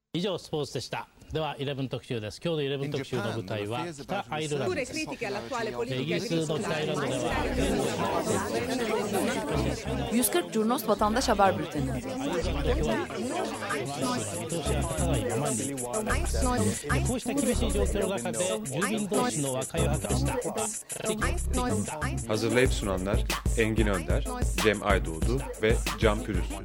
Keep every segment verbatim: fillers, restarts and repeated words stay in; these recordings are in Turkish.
以上スポーツでした。ではじゅういち特集です。今日のじゅういち特集の舞台は北アイルランドです。イギリスの北アイルランドでは yüz kırk Curnos Vatandaş Haber Bülteni. Hazırlayıp sunanlar Engin Önder, Cem Aydoğdu ve Can Pürüzsüz.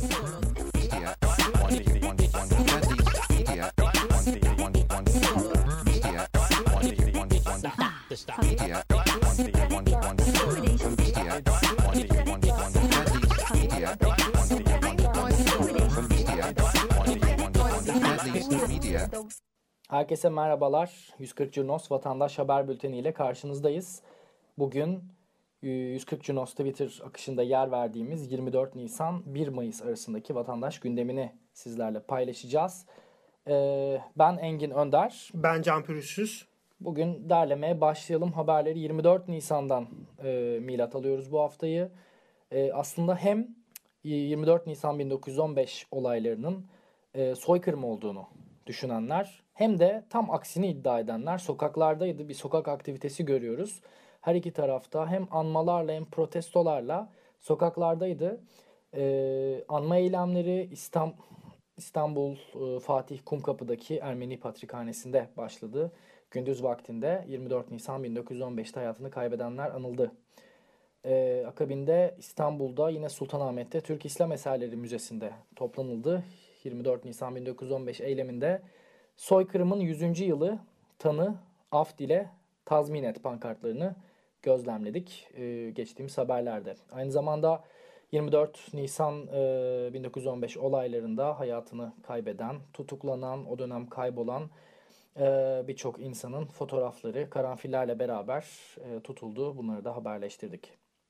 Herkese merhabalar. yüz kırk Curnos Vatandaş Haber Bülteni ile karşınızdayız. Bugün yüz kırk Curnos Twitter akışında yer verdiğimiz yirmi dört Nisan bir Mayıs arasındaki vatandaş gündemini sizlerle paylaşacağız. Ee, ben Engin Önder. Ben Can Pürüzsüz. Bugün derlemeye başlayalım. Haberleri yirmi dört Nisan'dan e, milat alıyoruz bu haftayı. E, aslında hem yirmi dört Nisan bin dokuz yüz on beş olaylarının e, soykırım olduğunu düşünenler hem de tam aksini iddia edenler sokaklardaydı. Bir sokak aktivitesi görüyoruz. Her iki tarafta hem anmalarla hem protestolarla sokaklardaydı. E, anma eylemleri İstanbul, İstanbul e, Fatih Kumkapı'daki Ermeni Patrikhanesi'nde başladı. Gündüz vaktinde yirmi dört Nisan bin dokuz yüz on beşte hayatını kaybedenler anıldı. Ee, akabinde İstanbul'da yine Sultanahmet'te Türk İslam Eserleri Müzesi'nde toplanıldı. yirmi dört Nisan bin dokuz yüz on beş eyleminde soykırımın yüzüncü yılı tanı, af dile, tazmin et pankartlarını gözlemledik ee, geçtiğimiz haberlerde. Aynı zamanda yirmi dört Nisan e, bin dokuz yüz on beş olaylarında hayatını kaybeden, tutuklanan, o dönem kaybolan Ee, birçok insanın fotoğrafları karanfillerle beraber e, tutuldu. Bunları da haberleştirdik.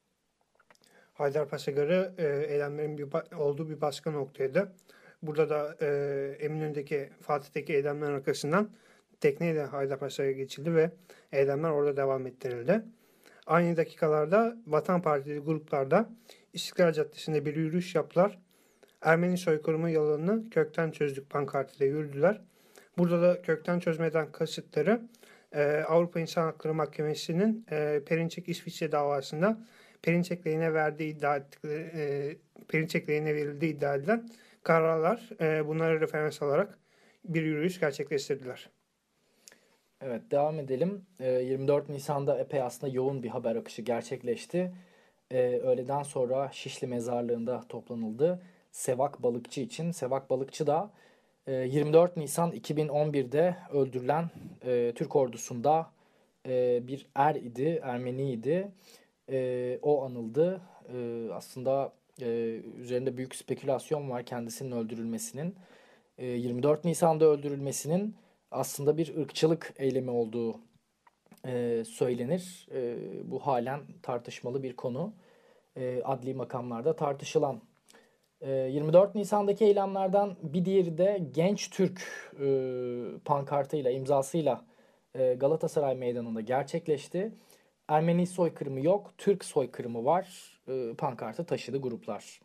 Haydarpaşa Garı e, eylemlerin bir, olduğu bir başka noktaydı. Burada da e, Eminönü'ndeki, Fatih'teki eylemlerin arkasından tekneyle Haydarpaşa'ya geçildi ve eylemler orada devam ettirildi. Aynı dakikalarda Vatan Partili gruplarda İstiklal Caddesi'nde bir yürüyüş yaptılar. Ermeni soykırımı yalanını kökten çözdük pankartıyla yürüdüler. Burada da kökten çözmeden kasıtları e, Avrupa İnsan Hakları Mahkemesi'nin e, Perinçek İsviçre davasında Perinçek lehine verdiği iddia e, Perinçek lehine verildiği iddia edilen kararlar, e, bunları referans alarak bir yürüyüş gerçekleştirdiler. Evet, devam edelim. E, yirmi dört Nisan'da epey aslında yoğun bir haber akışı gerçekleşti. E, öğleden sonra Şişli Mezarlığı'nda toplanıldı. Sevak Balıkçı için. Sevak Balıkçı da yirmi dört Nisan iki bin on birde öldürülen e, Türk ordusunda e, bir er idi, Ermeniydi. E, o anıldı. E, aslında e, üzerinde büyük spekülasyon var kendisinin öldürülmesinin. E, yirmi dört Nisan'da öldürülmesinin aslında bir ırkçılık eylemi olduğu e, söylenir. E, bu halen tartışmalı bir konu. E, adli makamlarda tartışılan. yirmi dört Nisan'daki eylemlerden bir diğeri de Genç Türk e, pankartıyla, imzasıyla e, Galatasaray Meydanı'nda gerçekleşti. Ermeni soykırımı yok, Türk soykırımı var. E, pankartı taşıdı gruplar.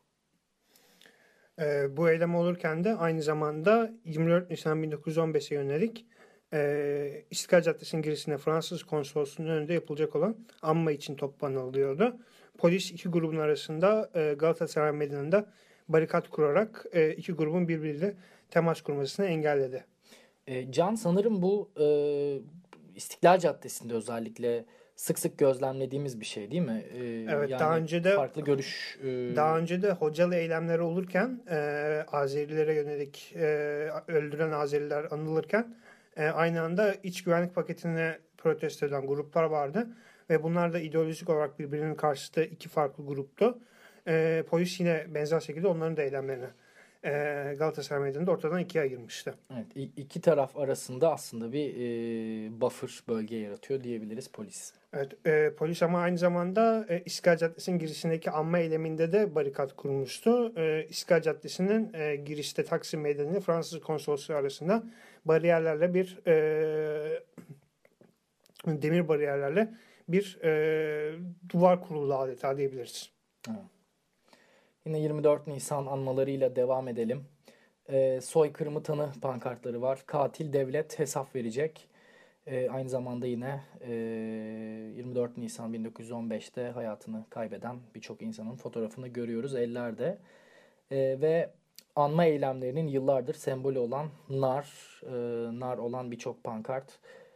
E, bu eylem olurken de aynı zamanda yirmi dört Nisan bin dokuz yüz on beşe yönelik e, İstiklal Caddesi'nin girişinde Fransız konsolosluğunun önünde yapılacak olan anma için toplanılıyordu. Polis iki grubun arasında e, Galatasaray Meydanı'nda barikat kurarak e, iki grubun birbiriyle temas kurmasını engelledi. E, Can, sanırım bu e, İstiklal Caddesi'nde özellikle sık sık gözlemlediğimiz bir şey değil mi? E, evet, yani daha önce de farklı görüş. E, daha önce de Hocalı eylemleri olurken e, Azerilere yönelik e, öldüren Azeriler anılırken e, aynı anda iç güvenlik paketine protesto eden gruplar vardı ve bunlar da ideolojik olarak birbirinin karşıtı iki farklı gruptu. E, polis yine benzer şekilde onların da eylemlerini e, Galatasaray Meydanı'nda ortadan ikiye ayırmıştı. Evet, iki taraf arasında aslında bir e, buffer bölge yaratıyor diyebiliriz polis. Evet, e, polis ama aynı zamanda e, İstiklal Caddesi'nin girişindeki anma eyleminde de barikat kurmuştu. E, İstiklal Caddesi'nin e, girişte Taksim Meydanı Fransız konsolosluğu arasında bariyerlerle bir e, demir bariyerlerle bir e, duvar kuruldu adeta diyebiliriz. Evet. Yine yirmi dört Nisan anmalarıyla devam edelim. E, soykırımı tanı pankartları var. Katil devlet hesap verecek. E, aynı zamanda yine e, yirmi dört Nisan bin dokuz yüz on beşte hayatını kaybeden birçok insanın fotoğrafını görüyoruz ellerde. E, ve anma eylemlerinin yıllardır sembolü olan nar, e, nar olan birçok pankart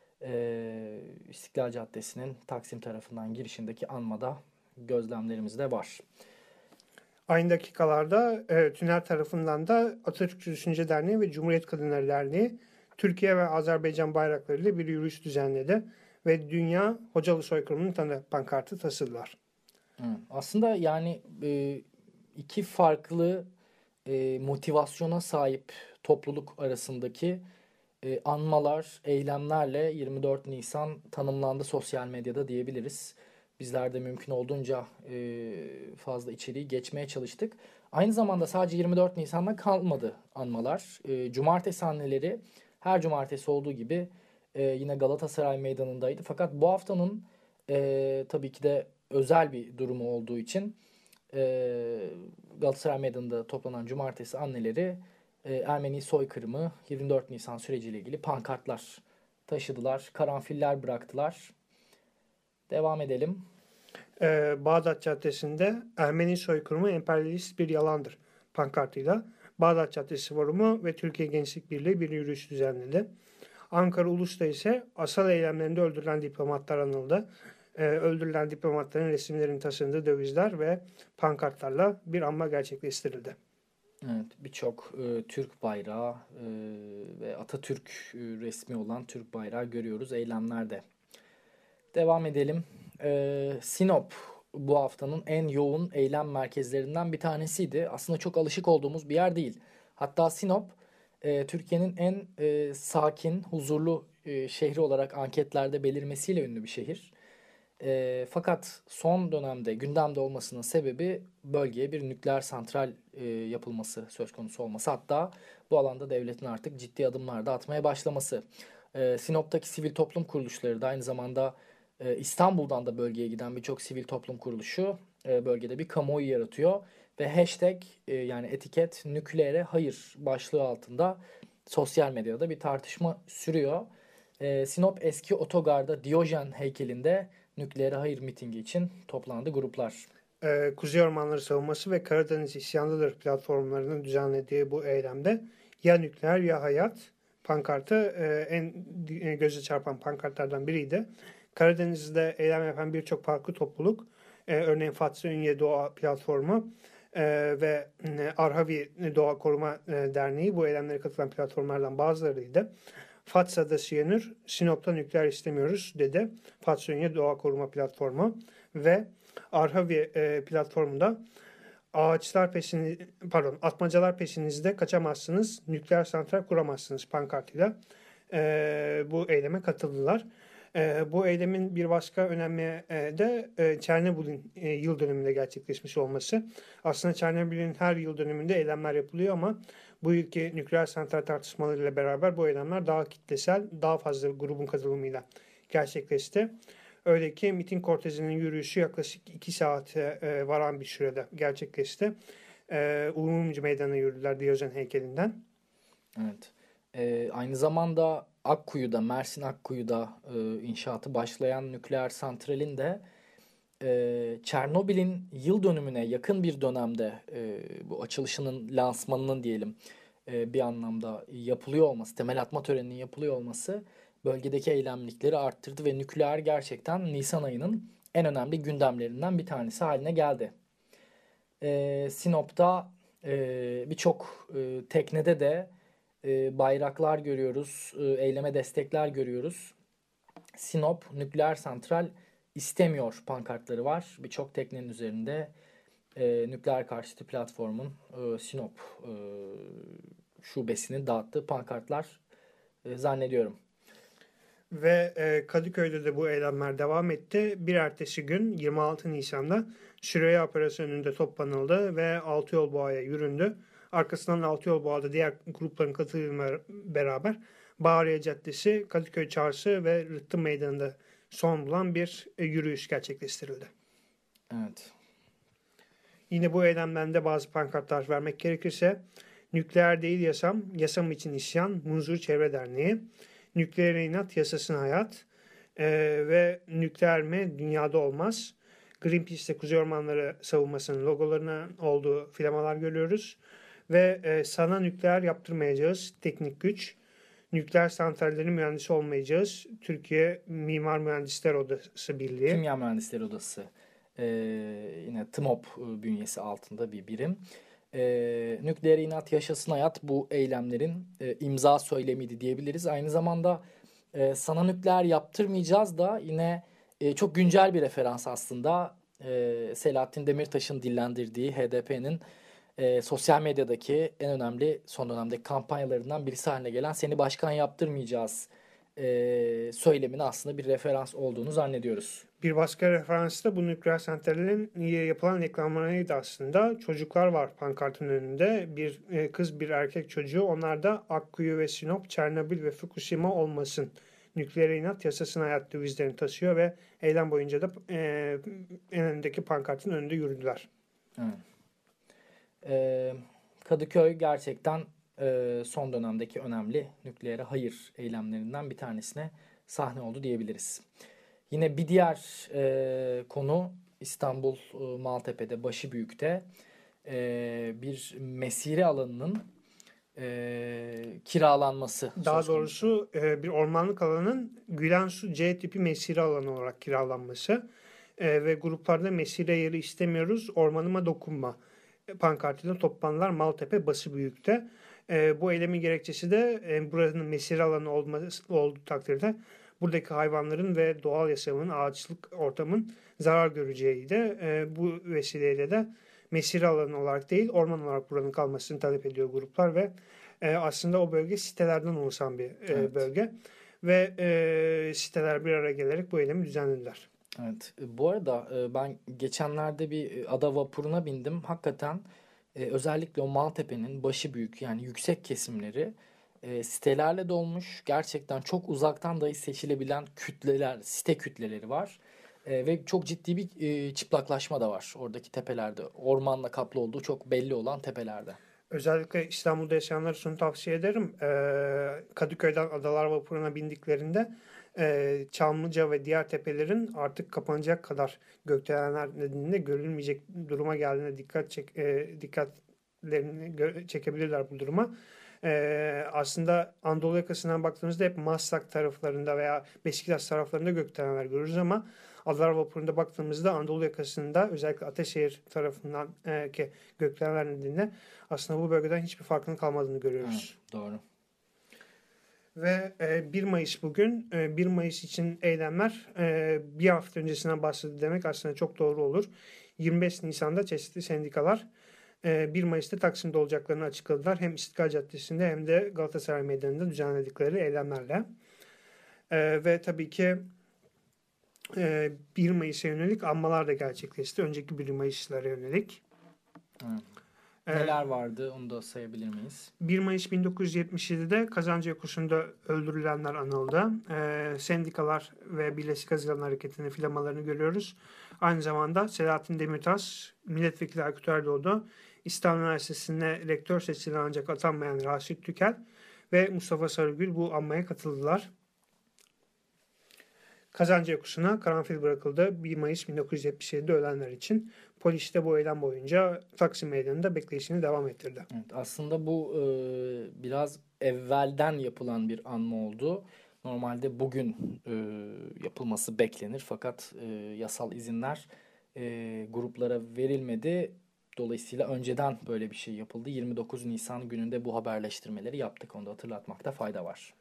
e, İstiklal Caddesi'nin Taksim tarafından girişindeki anmada gözlemlerimizde var. Aynı dakikalarda e, tünel tarafından da Atatürkçü Düşünce Derneği ve Cumhuriyet Kadınları Derneği Türkiye ve Azerbaycan bayraklarıyla bir yürüyüş düzenledi ve Dünya Hocalı Soykırımı'nın tanı pankartı taşıdılar. Aslında yani e, iki farklı e, motivasyona sahip topluluk arasındaki e, anmalar, eylemlerle yirmi dört Nisan tanımlandı sosyal medyada diyebiliriz. Bizler de mümkün olduğunca e, fazla içeriği geçmeye çalıştık. Aynı zamanda sadece yirmi dört Nisan'da kalmadı anmalar. E, cumartesi anneleri her cumartesi olduğu gibi e, yine Galatasaray Meydanı'ndaydı. Fakat bu haftanın e, tabii ki de özel bir durumu olduğu için e, Galatasaray Meydanı'nda toplanan cumartesi anneleri e, Ermeni soykırımı yirmi dört Nisan süreciyle ilgili pankartlar taşıdılar, karanfiller bıraktılar. Devam edelim. Ee, Bağdat Caddesi'nde Ermeni soykırımı emperyalist bir yalandır pankartıyla Bağdat Caddesi Forumu ve Türkiye Gençlik Birliği bir yürüyüş düzenledi. Ankara Ulus'ta ise asal eylemlerinde öldürülen diplomatlar anıldı. Ee, öldürülen diplomatların resimlerini taşındığı dövizler ve pankartlarla bir anma gerçekleştirildi. Evet, birçok e, Türk bayrağı e, ve Atatürk e, resmi olan Türk bayrağı görüyoruz eylemlerde. Devam edelim. Ee, Sinop bu haftanın en yoğun eylem merkezlerinden bir tanesiydi. Aslında çok alışık olduğumuz bir yer değil. Hatta Sinop e, Türkiye'nin en e, sakin, huzurlu e, şehri olarak anketlerde belirmesiyle ünlü bir şehir. E, fakat son dönemde gündemde olmasının sebebi bölgeye bir nükleer santral e, yapılması söz konusu olması. Hatta bu alanda devletin artık ciddi adımlar da atmaya başlaması. E, Sinop'taki sivil toplum kuruluşları da aynı zamanda İstanbul'dan da bölgeye giden birçok sivil toplum kuruluşu bölgede bir kamuoyu yaratıyor. Ve hashtag yani etiket nükleere hayır başlığı altında sosyal medyada bir tartışma sürüyor. Sinop Eski Otogar'da Diyojen heykelinde nükleere hayır mitingi için toplandı gruplar. Kuzey Ormanları Savunması ve Karadeniz İsyanlıdır platformlarının düzenlediği bu eylemde ya nükleer ya hayat pankartı en göze çarpan pankartlardan biriydi. Karadeniz'de eylem yapan birçok farklı topluluk, e, örneğin Fatsa Ünye Doğa Platformu e, ve e, Arhavi Doğa Koruma e, Derneği bu eylemlere katılan platformlardan bazılarıydı. Fatsa'da siyanür, Sinop'ta nükleer istemiyoruz dedi Fatsa Ünye Doğa Koruma Platformu ve Arhavi e, platformunda ağaçlar peşini, pardon atmacalar peşinizde kaçamazsınız, nükleer santral kuramazsınız pankartıyla e, bu eyleme katıldılar. E, bu eylemin bir başka önemli e, de e, Çernobil'in e, yıl dönümünde gerçekleşmiş olması. Aslında Çernobil'in her yıl dönümünde eylemler yapılıyor ama bu yılki nükleer santral tartışmalarıyla beraber bu eylemler daha kitlesel, daha fazla grubun katılımıyla gerçekleşti. Öyle ki miting kortejinin yürüyüşü yaklaşık iki saate e, varan bir sürede gerçekleşti. E, Ulumcu Meydanı'na yürüdüler Diyojen heykelinden. Evet. E, aynı zamanda Akkuyu'da, Mersin Akkuyu'da e, inşaatı başlayan nükleer santralin de e, Çernobil'in yıl dönümüne yakın bir dönemde e, bu açılışının, lansmanının diyelim e, bir anlamda yapılıyor olması, temel atma töreninin yapılıyor olması bölgedeki eylemlikleri arttırdı ve nükleer gerçekten Nisan ayının en önemli gündemlerinden bir tanesi haline geldi. E, Sinop'ta e, birçok e, teknede de e, bayraklar görüyoruz, e, eyleme destekler görüyoruz. Sinop nükleer santral istemiyor pankartları var. Birçok teknenin üzerinde e, nükleer karşıtı platformun e, Sinop e, şubesinin dağıttığı pankartlar e, zannediyorum. Ve e, Kadıköy'de de bu eylemler devam etti. Bir ertesi gün yirmi altı Nisan'da Süreyya Operasyonu'nda toplanıldı ve Altıyolboğa'ya yüründü. Arkasından Altıyolboğa'da diğer grupların katılımıyla beraber Bahariye Caddesi, Kadıköy Çarşı ve Rıhtım Meydanı'nda son bulan bir e, yürüyüş gerçekleştirildi. Evet. Yine bu eylemden de bazı pankartlar vermek gerekirse Nükleer Değil Yasam, Yasam için İsyan, Munzur Çevre Derneği, Nükleer İnat, Yasasın Hayat e, ve Nükleer mi, Dünyada Olmaz. Greenpeace'te Kuzey Ormanları savunmasının logolarının olduğu flamalar görüyoruz. Ve e, Sana Nükleer Yaptırmayacağız, Teknik Güç. Nükleer santrallerin mühendisi olmayacağız. Türkiye Mimar Mühendisler Odası Birliği. Kimya Mühendisleri Odası. Ee, yine TMOP bünyesi altında bir birim. Ee, Nükleer İnat Yaşasın Hayat bu eylemlerin e, imza söylemiydi diyebiliriz. Aynı zamanda e, Sana Nükleer Yaptırmayacağız da yine e, çok güncel bir referans aslında. E, Selahattin Demirtaş'ın dillendirdiği H D P'nin e, sosyal medyadaki en önemli son dönemdeki kampanyalarından birisi haline gelen Seni Başkan Yaptırmayacağız e, söylemine aslında bir referans olduğunu zannediyoruz. Bir başka referans da bu nükleer santrallerin yapılan reklamlarıydı aslında. Çocuklar var pankartın önünde. Bir kız bir erkek çocuğu. Onlar da Akkuyu ve Sinop, Çernobil ve Fukushima olmasın. Nükleer İnat, Yasasın Hayat devizlerini taşıyor ve eylem boyunca da e, en öndeki pankartın önünde yürüdüler. Evet. Ee, Kadıköy gerçekten e, son dönemdeki önemli nükleere hayır eylemlerinden bir tanesine sahne oldu diyebiliriz. Yine bir diğer e, konu İstanbul e, Maltepe'de, Başıbüyük'te e, bir mesire alanının e, kiralanması. Daha doğrusu e, bir ormanlık alanın Gülensu C tipi mesire alanı olarak kiralanması e, ve gruplarda mesire yeri istemiyoruz, ormanıma dokunma pankartıyla toplananlar Maltepe, Başıbüyük'te. E, bu eylemin gerekçesi de e, buranın mesire alanı olması, olduğu takdirde buradaki hayvanların ve doğal yaşamın, ağaçlık ortamın zarar göreceğiydi. E, bu vesileyle de mesire alanı olarak değil, orman olarak buranın kalmasını talep ediyor gruplar ve e, aslında o bölge sitelerden oluşan bir e, evet. bölge. Ve e, siteler bir araya gelerek bu eylemi düzenlediler. Evet. Bu arada e, ben geçenlerde bir ada vapuruna bindim. Hakikaten e, özellikle o Maltepe'nin Başıbüyük yani yüksek kesimleri E, sitelerle dolmuş. Gerçekten çok uzaktan dahi seçilebilen kütleler, site kütleleri var. E, ve çok ciddi bir e, çıplaklaşma da var oradaki tepelerde. Ormanla kaplı olduğu çok belli olan tepelerde. Özellikle İstanbul'da yaşayanlara şunu tavsiye ederim. E, Kadıköy'den Adalar Vapuru'na bindiklerinde e, Çamlıca ve diğer tepelerin artık kapanacak kadar gökdelenler nedeniyle görülmeyecek duruma geldiğine dikkat çek, e, dikkatlerini gö- çekebilirler bu duruma. Ee, aslında Anadolu yakasından baktığımızda hep Maslak taraflarında veya Beşiktaş taraflarında gökdelenler görürüz ama Adalar Vapuru'nda baktığımızda Anadolu yakasında özellikle Ataşehir tarafından e, ki gökdelenler nedeniyle aslında bu bölgeden hiçbir farkının kalmadığını görüyoruz. Evet, doğru. Ve e, bir Mayıs bugün. E, bir Mayıs için eylemler e, bir hafta öncesinden başladı demek aslında çok doğru olur. yirmi beş Nisan'da çeşitli sendikalar bir Mayıs'ta Taksim'de olacaklarını açıkladılar. Hem İstiklal Caddesi'nde hem de Galatasaray Meydanı'nda düzenledikleri eylemlerle. Ee, ve tabii ki e, bir Mayıs'a yönelik anmalar da gerçekleşti. Önceki bir Mayıs'lara yönelik. Hmm. Neler vardı onu da sayabilir miyiz? bir Mayıs bin dokuz yüz yetmiş yedi'de Kazancı Yokusu'nda öldürülenler anıldı. Ee, sendikalar ve Birleşik Haziran Hareketi'nin filamalarını görüyoruz. Aynı zamanda Selahattin Demirtaş, Milletvekili Aykut Erdoğdu, İstanbul Üniversitesi'ne rektör seçilen ancak atanmayan Raşit Tükel ve Mustafa Sarıgül bu anmaya katıldılar. Kazancı Yokusu'na karanfil bırakıldı bir Mayıs bin dokuz yüz yetmiş yedi'de ölenler için. Polis de bu eylem boyunca Taksim Meydanı'nda bekleyişini devam ettirdi. Evet, aslında bu e, biraz evvelden yapılan bir anma oldu. Normalde bugün e, yapılması beklenir fakat e, yasal izinler e, gruplara verilmedi. Dolayısıyla önceden böyle bir şey yapıldı. yirmi dokuz Nisan gününde bu haberleştirmeleri yaptık. Onu da hatırlatmakta fayda var.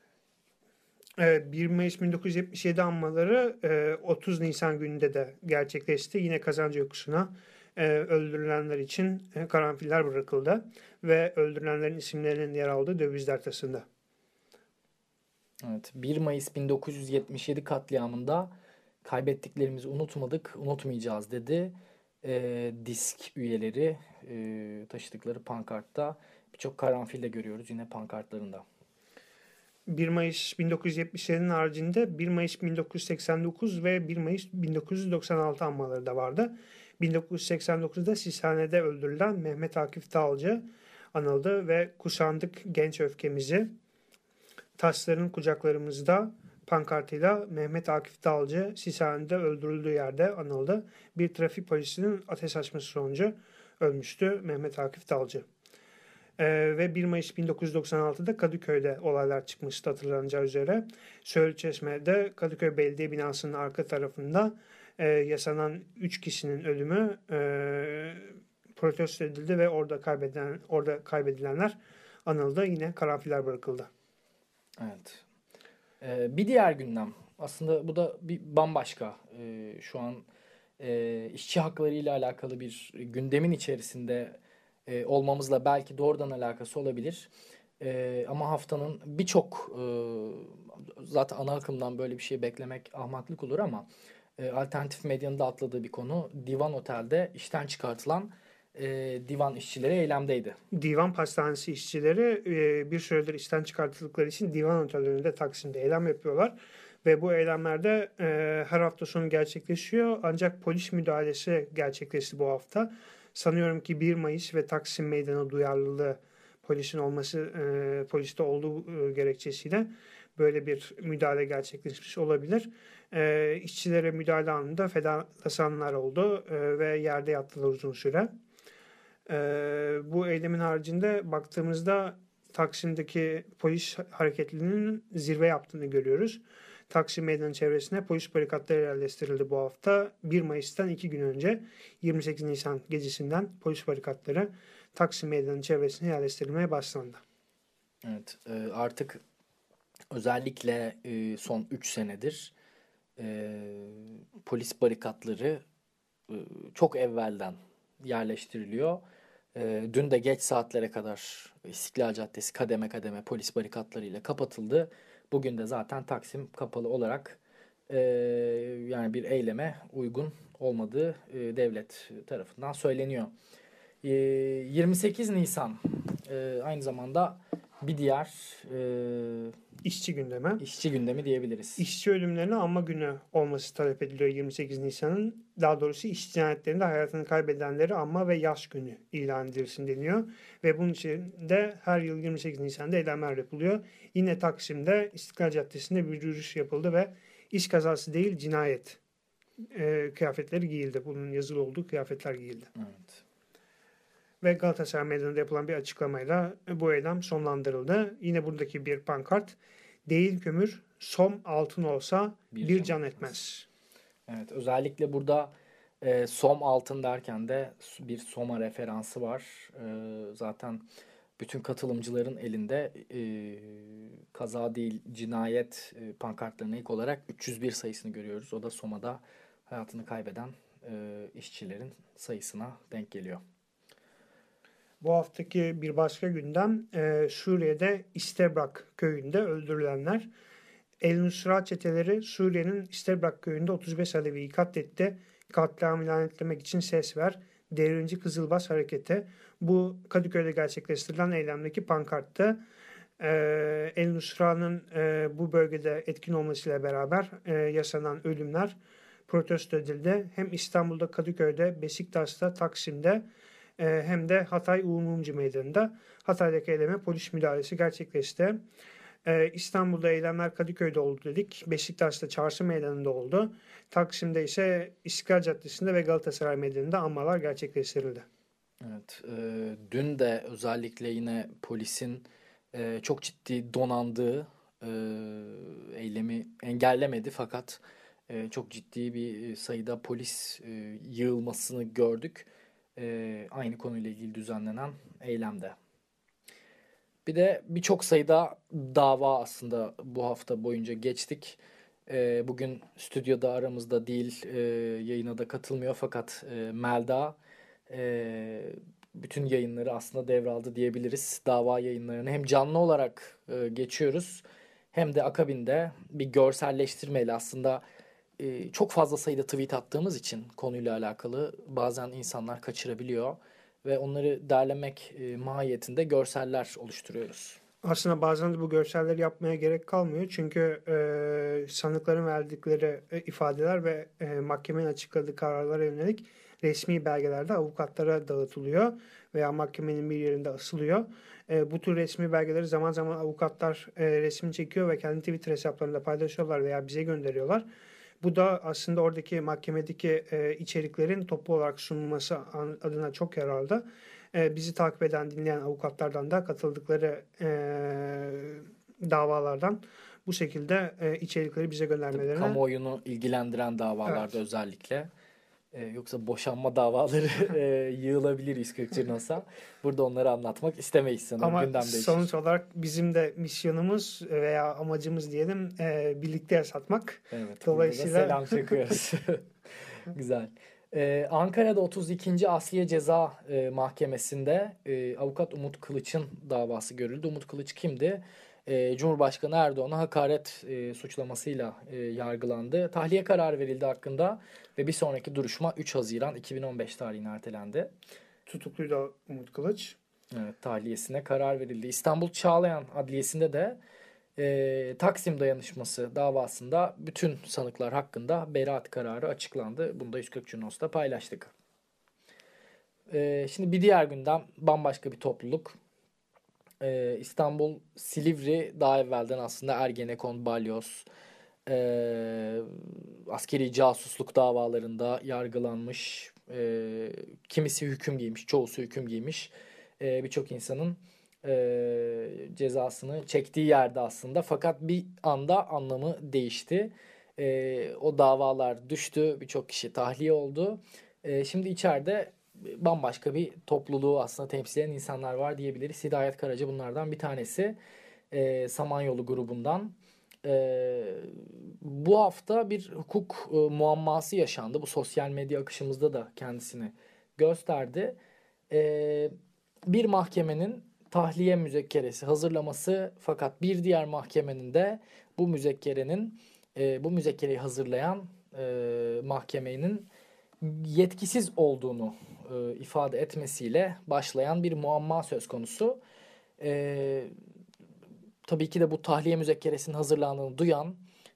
bir Mayıs bin dokuz yüz yetmiş yedi anmaları otuz Nisan gününde de gerçekleşti. Yine Kazancı Yokusu'na öldürülenler için karanfiller bırakıldı ve öldürülenlerin isimlerinin yer aldığı dövizler tasında. Evet, bir Mayıs bin dokuz yüz yetmiş yedi katliamında kaybettiklerimizi unutmadık, unutmayacağız dedi. E, disk üyeleri e, taşıdıkları pankartta birçok karanfil de görüyoruz yine pankartlarında. bir Mayıs bin dokuz yüz yetmiş yedi'nin haricinde bir Mayıs bin dokuz yüz seksen dokuz ve bir Mayıs bin dokuz yüz doksan altı anmaları da vardı. bin dokuz yüz seksen dokuz'da Sishane'de öldürülen Mehmet Akif Dağlıcı, anıldı ve kuşandık genç öfkemizi. Taşların kucaklarımızda pankartıyla Mehmet Akif Dalcı Sisani'de öldürüldüğü yerde anıldı. Bir trafik polisinin ateş açması sonucu ölmüştü Mehmet Akif Dalcı. Ee, ve bir Mayıs bin dokuz yüz doksan altıda Kadıköy'de olaylar çıkmıştı hatırlanacağı üzere. Söğütçeşme'de Kadıköy Belediye Binası'nın arka tarafında e, yaşanan üç kişinin ölümü e, protesto edildi ve orada kaybedilen orada kaybedilenler anıldı. Yine karanfiller bırakıldı. Evet. Ee, bir diğer gündem. Aslında bu da bir bambaşka. Ee, şu an e, işçi hakları ile alakalı bir gündemin içerisinde e, olmamızla belki doğrudan alakası olabilir. E, ama haftanın birçok e, zaten ana akımdan böyle bir şey beklemek ahmaklık olur ama e, alternatif medyanın da atladığı bir konu. Divan Otel'de işten çıkartılan e, divan işçileri eylemdeydi. Divan pastanesi işçileri e, bir süredir işten çıkartıldıkları için divan otellerinde Taksim'de eylem yapıyorlar. Ve bu eylemlerde e, her hafta sonu gerçekleşiyor. Ancak polis müdahalesi gerçekleşti bu hafta. Sanıyorum ki bir Mayıs ve Taksim Meydanı duyarlılığı polisin olması, e, poliste olduğu e, gerekçesiyle böyle bir müdahale gerçekleşmiş olabilir. E, işçilere müdahale anında fedalaşanlar oldu e, ve yerde yattılar uzun süre. E, bu eylemin haricinde baktığımızda Taksim'deki polis hareketliliğinin zirve yaptığını görüyoruz. Taksim Meydanı çevresine polis barikatları yerleştirildi bu hafta. bir Mayıs'tan iki gün önce yirmi sekiz Nisan gecesinden polis barikatları Taksim Meydanı çevresine yerleştirilmeye başlandı. Evet, artık özellikle son üç senedir polis barikatları çok evvelden yerleştiriliyor. Dün de geç saatlere kadar İstiklal Caddesi kademe kademe polis barikatlarıyla kapatıldı. Bugün de zaten Taksim kapalı olarak e, yani bir eyleme uygun olmadığı e, devlet tarafından söyleniyor. E, yirmi sekiz Nisan e, aynı zamanda bir diğer e, işçi gündemi. İşçi gündemi diyebiliriz. İşçi ölümlerine anma günü olması talep ediliyor yirmi sekiz Nisan'ın. Daha doğrusu işçi cinayetlerinde hayatını kaybedenleri anma ve yas günü ilan edilsin deniyor. Ve bunun için de her yıl yirmi sekiz Nisan'da eylemler yapılıyor. Yine Taksim'de İstiklal Caddesi'nde bir yürüyüş yapıldı ve iş kazası değil cinayet e, kıyafetleri giyildi. Bunun yazılı olduğu kıyafetler giyildi. Evet. Ve Galatasaray Meydanı'nda yapılan bir açıklamayla bu eylem sonlandırıldı. Yine buradaki bir pankart. Değil kömür, som altın olsa bir, bir can etmez. Evet, özellikle burada e, som altın derken de bir Soma referansı var. E, zaten bütün katılımcıların elinde e, kaza değil cinayet e, pankartlarına ilk olarak üç yüz bir sayısını görüyoruz. O da Soma'da hayatını kaybeden e, işçilerin sayısına denk geliyor. Bu haftaki bir başka gündem e, Suriye'de İstebrak köyünde öldürülenler. El Nusra çeteleri Suriye'nin İstebrak köyünde otuz beş Alevi'yi katletti. Katliamı lanetlemek için ses ver. Devrimci Kızılbaş Hareketi. Bu Kadıköy'de gerçekleştirilen eylemdeki pankarttı. E, El Nusra'nın e, bu bölgede etkin olmasıyla beraber e, yaşanan ölümler protesto edildi. Hem İstanbul'da, Kadıköy'de, Beşiktaş'ta, Taksim'de hem de Hatay Uğur Mumcu Meydanı'nda Hatay'daki eyleme polis müdahalesi gerçekleşti. Ee, İstanbul'da eylemler Kadıköy'de oldu dedik. Beşiktaş'ta Çarşı Meydanı'nda oldu. Taksim'de ise İstiklal Caddesi'nde ve Galatasaray Meydanı'nda anmalar gerçekleştirildi. Evet, e, dün de özellikle yine polisin e, çok ciddi donandığı e, eylemi engellemedi fakat e, çok ciddi bir sayıda polis e, yığılmasını gördük. E, aynı konuyla ilgili düzenlenen eylemde. Bir de birçok sayıda dava aslında bu hafta boyunca geçtik. E, bugün stüdyoda aramızda değil, e, yayına da katılmıyor fakat e, Melda e, bütün yayınları aslında devraldı diyebiliriz. Dava yayınlarını hem canlı olarak e, geçiyoruz hem de akabinde bir görselleştirmeyle aslında e, çok fazla sayıda tweet attığımız için konuyla alakalı bazen insanlar kaçırabiliyor. Ve onları derlemek e, mahiyetinde görseller oluşturuyoruz. Aslında bazen de bu görselleri yapmaya gerek kalmıyor. Çünkü e, sanıkların verdikleri e, ifadeler ve e, mahkemenin açıkladığı kararlara yönelik resmi belgelerde avukatlara dağıtılıyor. veya mahkemenin bir yerinde asılıyor. E, bu tür resmi belgeleri zaman zaman avukatlar e, resmini çekiyor ve kendi Twitter hesaplarında paylaşıyorlar veya bize gönderiyorlar. Bu da aslında oradaki mahkemedeki e, içeriklerin toplu olarak sunulması adına çok yararlı. E, bizi takip eden, dinleyen avukatlardan da katıldıkları e, davalardan bu şekilde e, içerikleri bize göndermelerine... Tabii, kamuoyunu ilgilendiren davalarda evet. özellikle. Ee, yoksa boşanma davaları e, yığılabilir yüz kırk Curnos'a. Burada onları anlatmak istemeyiz sanırım. Ama gündemde sonuç için. olarak bizim de misyonumuz veya amacımız diyelim e, birlikte yaşatmak. Evet, dolayısıyla selam çakıyoruz. Güzel. Ee, Ankara'da otuz ikinci Asliye Ceza e, Mahkemesi'nde e, avukat Umut Kılıç'ın davası görüldü. Umut Kılıç kimdi? E, Cumhurbaşkanı Erdoğan'a hakaret e, suçlamasıyla e, yargılandı. Tahliye kararı verildi hakkında ve bir sonraki duruşma üç Haziran iki bin on beş tarihine ertelendi. Tutukluydu Umut Kılıç. Evet, tahliyesine karar verildi. İstanbul Çağlayan Adliyesi'nde de e, Taksim Dayanışması davasında bütün sanıklar hakkında beraat kararı açıklandı. Bunu da yüz kırk Curnos'ta paylaştık. E, şimdi bir diğer gündem bambaşka bir topluluk. Ee, İstanbul Silivri daha evvelden aslında Ergenekon, Balyoz, e, askeri casusluk davalarında yargılanmış. E, kimisi hüküm giymiş, çoğusu hüküm giymiş. E, Birçok insanın e, cezasını çektiği yerde aslında. Fakat bir anda anlamı değişti. E, o davalar düştü, birçok kişi tahliye oldu. E, şimdi içeride bambaşka bir topluluğu aslında temsil eden insanlar var diyebiliriz. Hidayet Karaca bunlardan bir tanesi. E, Samanyolu grubundan. E, bu hafta bir hukuk e, muamması yaşandı. Bu sosyal medya akışımızda da kendisini gösterdi. E, bir mahkemenin tahliye müzekkeresi hazırlaması fakat bir diğer mahkemenin de bu müzekkerenin e, bu müzekkereyi hazırlayan e, mahkemenin yetkisiz olduğunu e, ifade etmesiyle başlayan bir muamma söz konusu. E, tabii ki de bu tahliye müzekkeresinin hazırlandığını duyan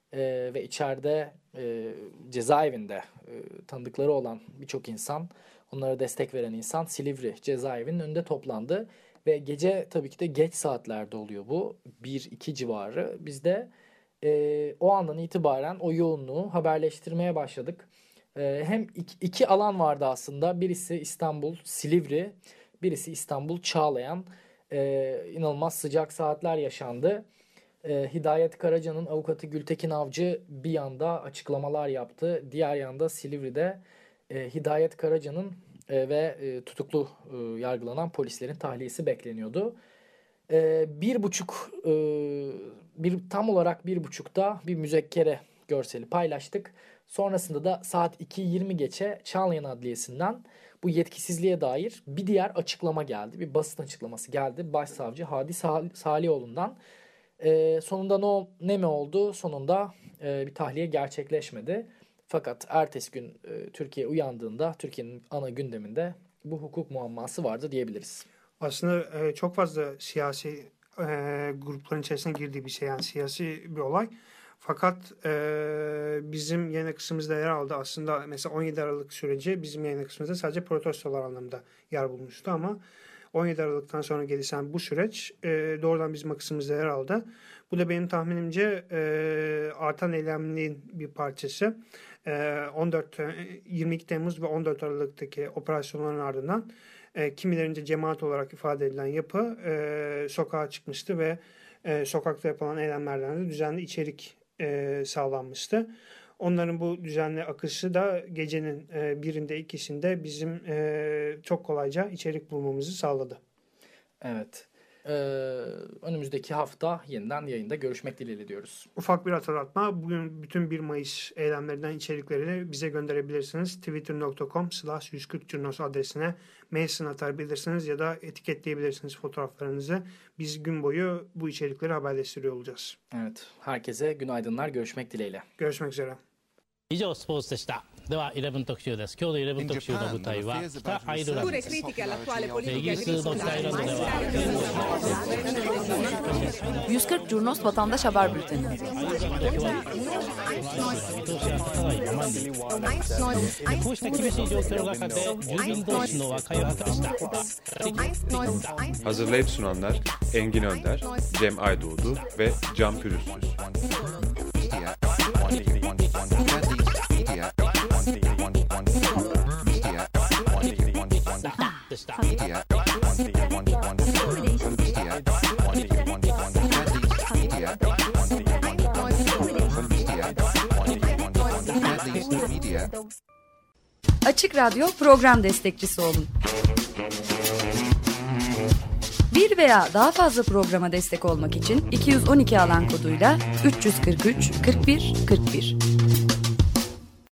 e, ve içeride e, cezaevinde e, tanıdıkları olan birçok insan, onlara destek veren insan Silivri cezaevinin önünde toplandı. Ve gece tabii ki de geç saatlerde oluyor bu. bir iki civarı. Biz de e, o andan itibaren o yoğunluğu haberleştirmeye başladık. Hem iki, iki alan vardı aslında. Birisi İstanbul Silivri, birisi İstanbul Çağlayan. Ee, inanılmaz sıcak saatler yaşandı. Ee, Hidayet Karaca'nın avukatı Gültekin Avcı bir yanda açıklamalar yaptı. Diğer yanda Silivri'de e, Hidayet Karaca'nın e, ve e, tutuklu e, yargılanan polislerin tahliyesi bekleniyordu. E, bir buçuk, e, bir tam olarak bir buçukta bir müzekkere görseli paylaştık. Sonrasında da saat iki yirmi geçe Çağlayan Adliyesi'nden bu yetkisizliğe dair bir diğer açıklama geldi. Bir basın açıklaması geldi. Başsavcı Hadi Salihoğlu'ndan. Ee, sonunda ne, ne mi oldu? Sonunda e, bir tahliye gerçekleşmedi. Fakat ertesi gün e, Türkiye uyandığında Türkiye'nin ana gündeminde bu hukuk muamması vardı diyebiliriz. Aslında e, çok fazla siyasi e, grupların içerisine girdiği bir şey, yani siyasi bir olay. Fakat e, bizim yayın akışımızda yer aldı. Aslında mesela on yedi Aralık süreci bizim yayın akışımızda sadece protestolar anlamında yer bulmuştu ama on yedi Aralık'tan sonra gelişen bu süreç e, doğrudan bizim akışımızda yer aldı. Bu da benim tahminimce e, artan eylemliğin bir parçası. E, on dört yirmi iki Temmuz ve on dört Aralık'taki operasyonların ardından e, kimilerince cemaat olarak ifade edilen yapı e, sokağa çıkmıştı ve e, sokakta yapılan eylemlerden de düzenli içerik e, sağlanmıştı. Onların bu düzenli akışı da gecenin e, birinde ikisinde bizim e, çok kolayca içerik bulmamızı sağladı. Evet. Ee, önümüzdeki hafta yeniden yayında görüşmek dileğiyle diyoruz. Ufak bir hatırlatma. Bugün bütün bir Mayıs eylemlerinden içerikleri bize gönderebilirsiniz. twitter nokta com slash yüz kırk Curnos adresine mailsini atabilirsiniz ya da etiketleyebilirsiniz fotoğraflarınızı. Biz gün boyu bu içerikleri haberleştiriyor olacağız. Evet. Herkese günaydınlar. Görüşmek dileğiyle. Görüşmek üzere. 以上スポーツでした。ではじゅういち特集です。今日のじゅういち特集の舞台は北アイルランドです。イギリスの北アイルランドでは yüz kırk Curnos Vatandaş Haber Bülteni. こうした厳しい状況の中で住民同士の和解を図りました。 Hazırlayıp sunanlar Engin Önder, Cem Aydoğdu ve Can Pürüzsüz. Açık Radyo program destekçisi olun. Bir veya daha fazla programa destek olmak için iki yüz on iki alan koduyla üç yüz kırk üç kırk bir kırk bir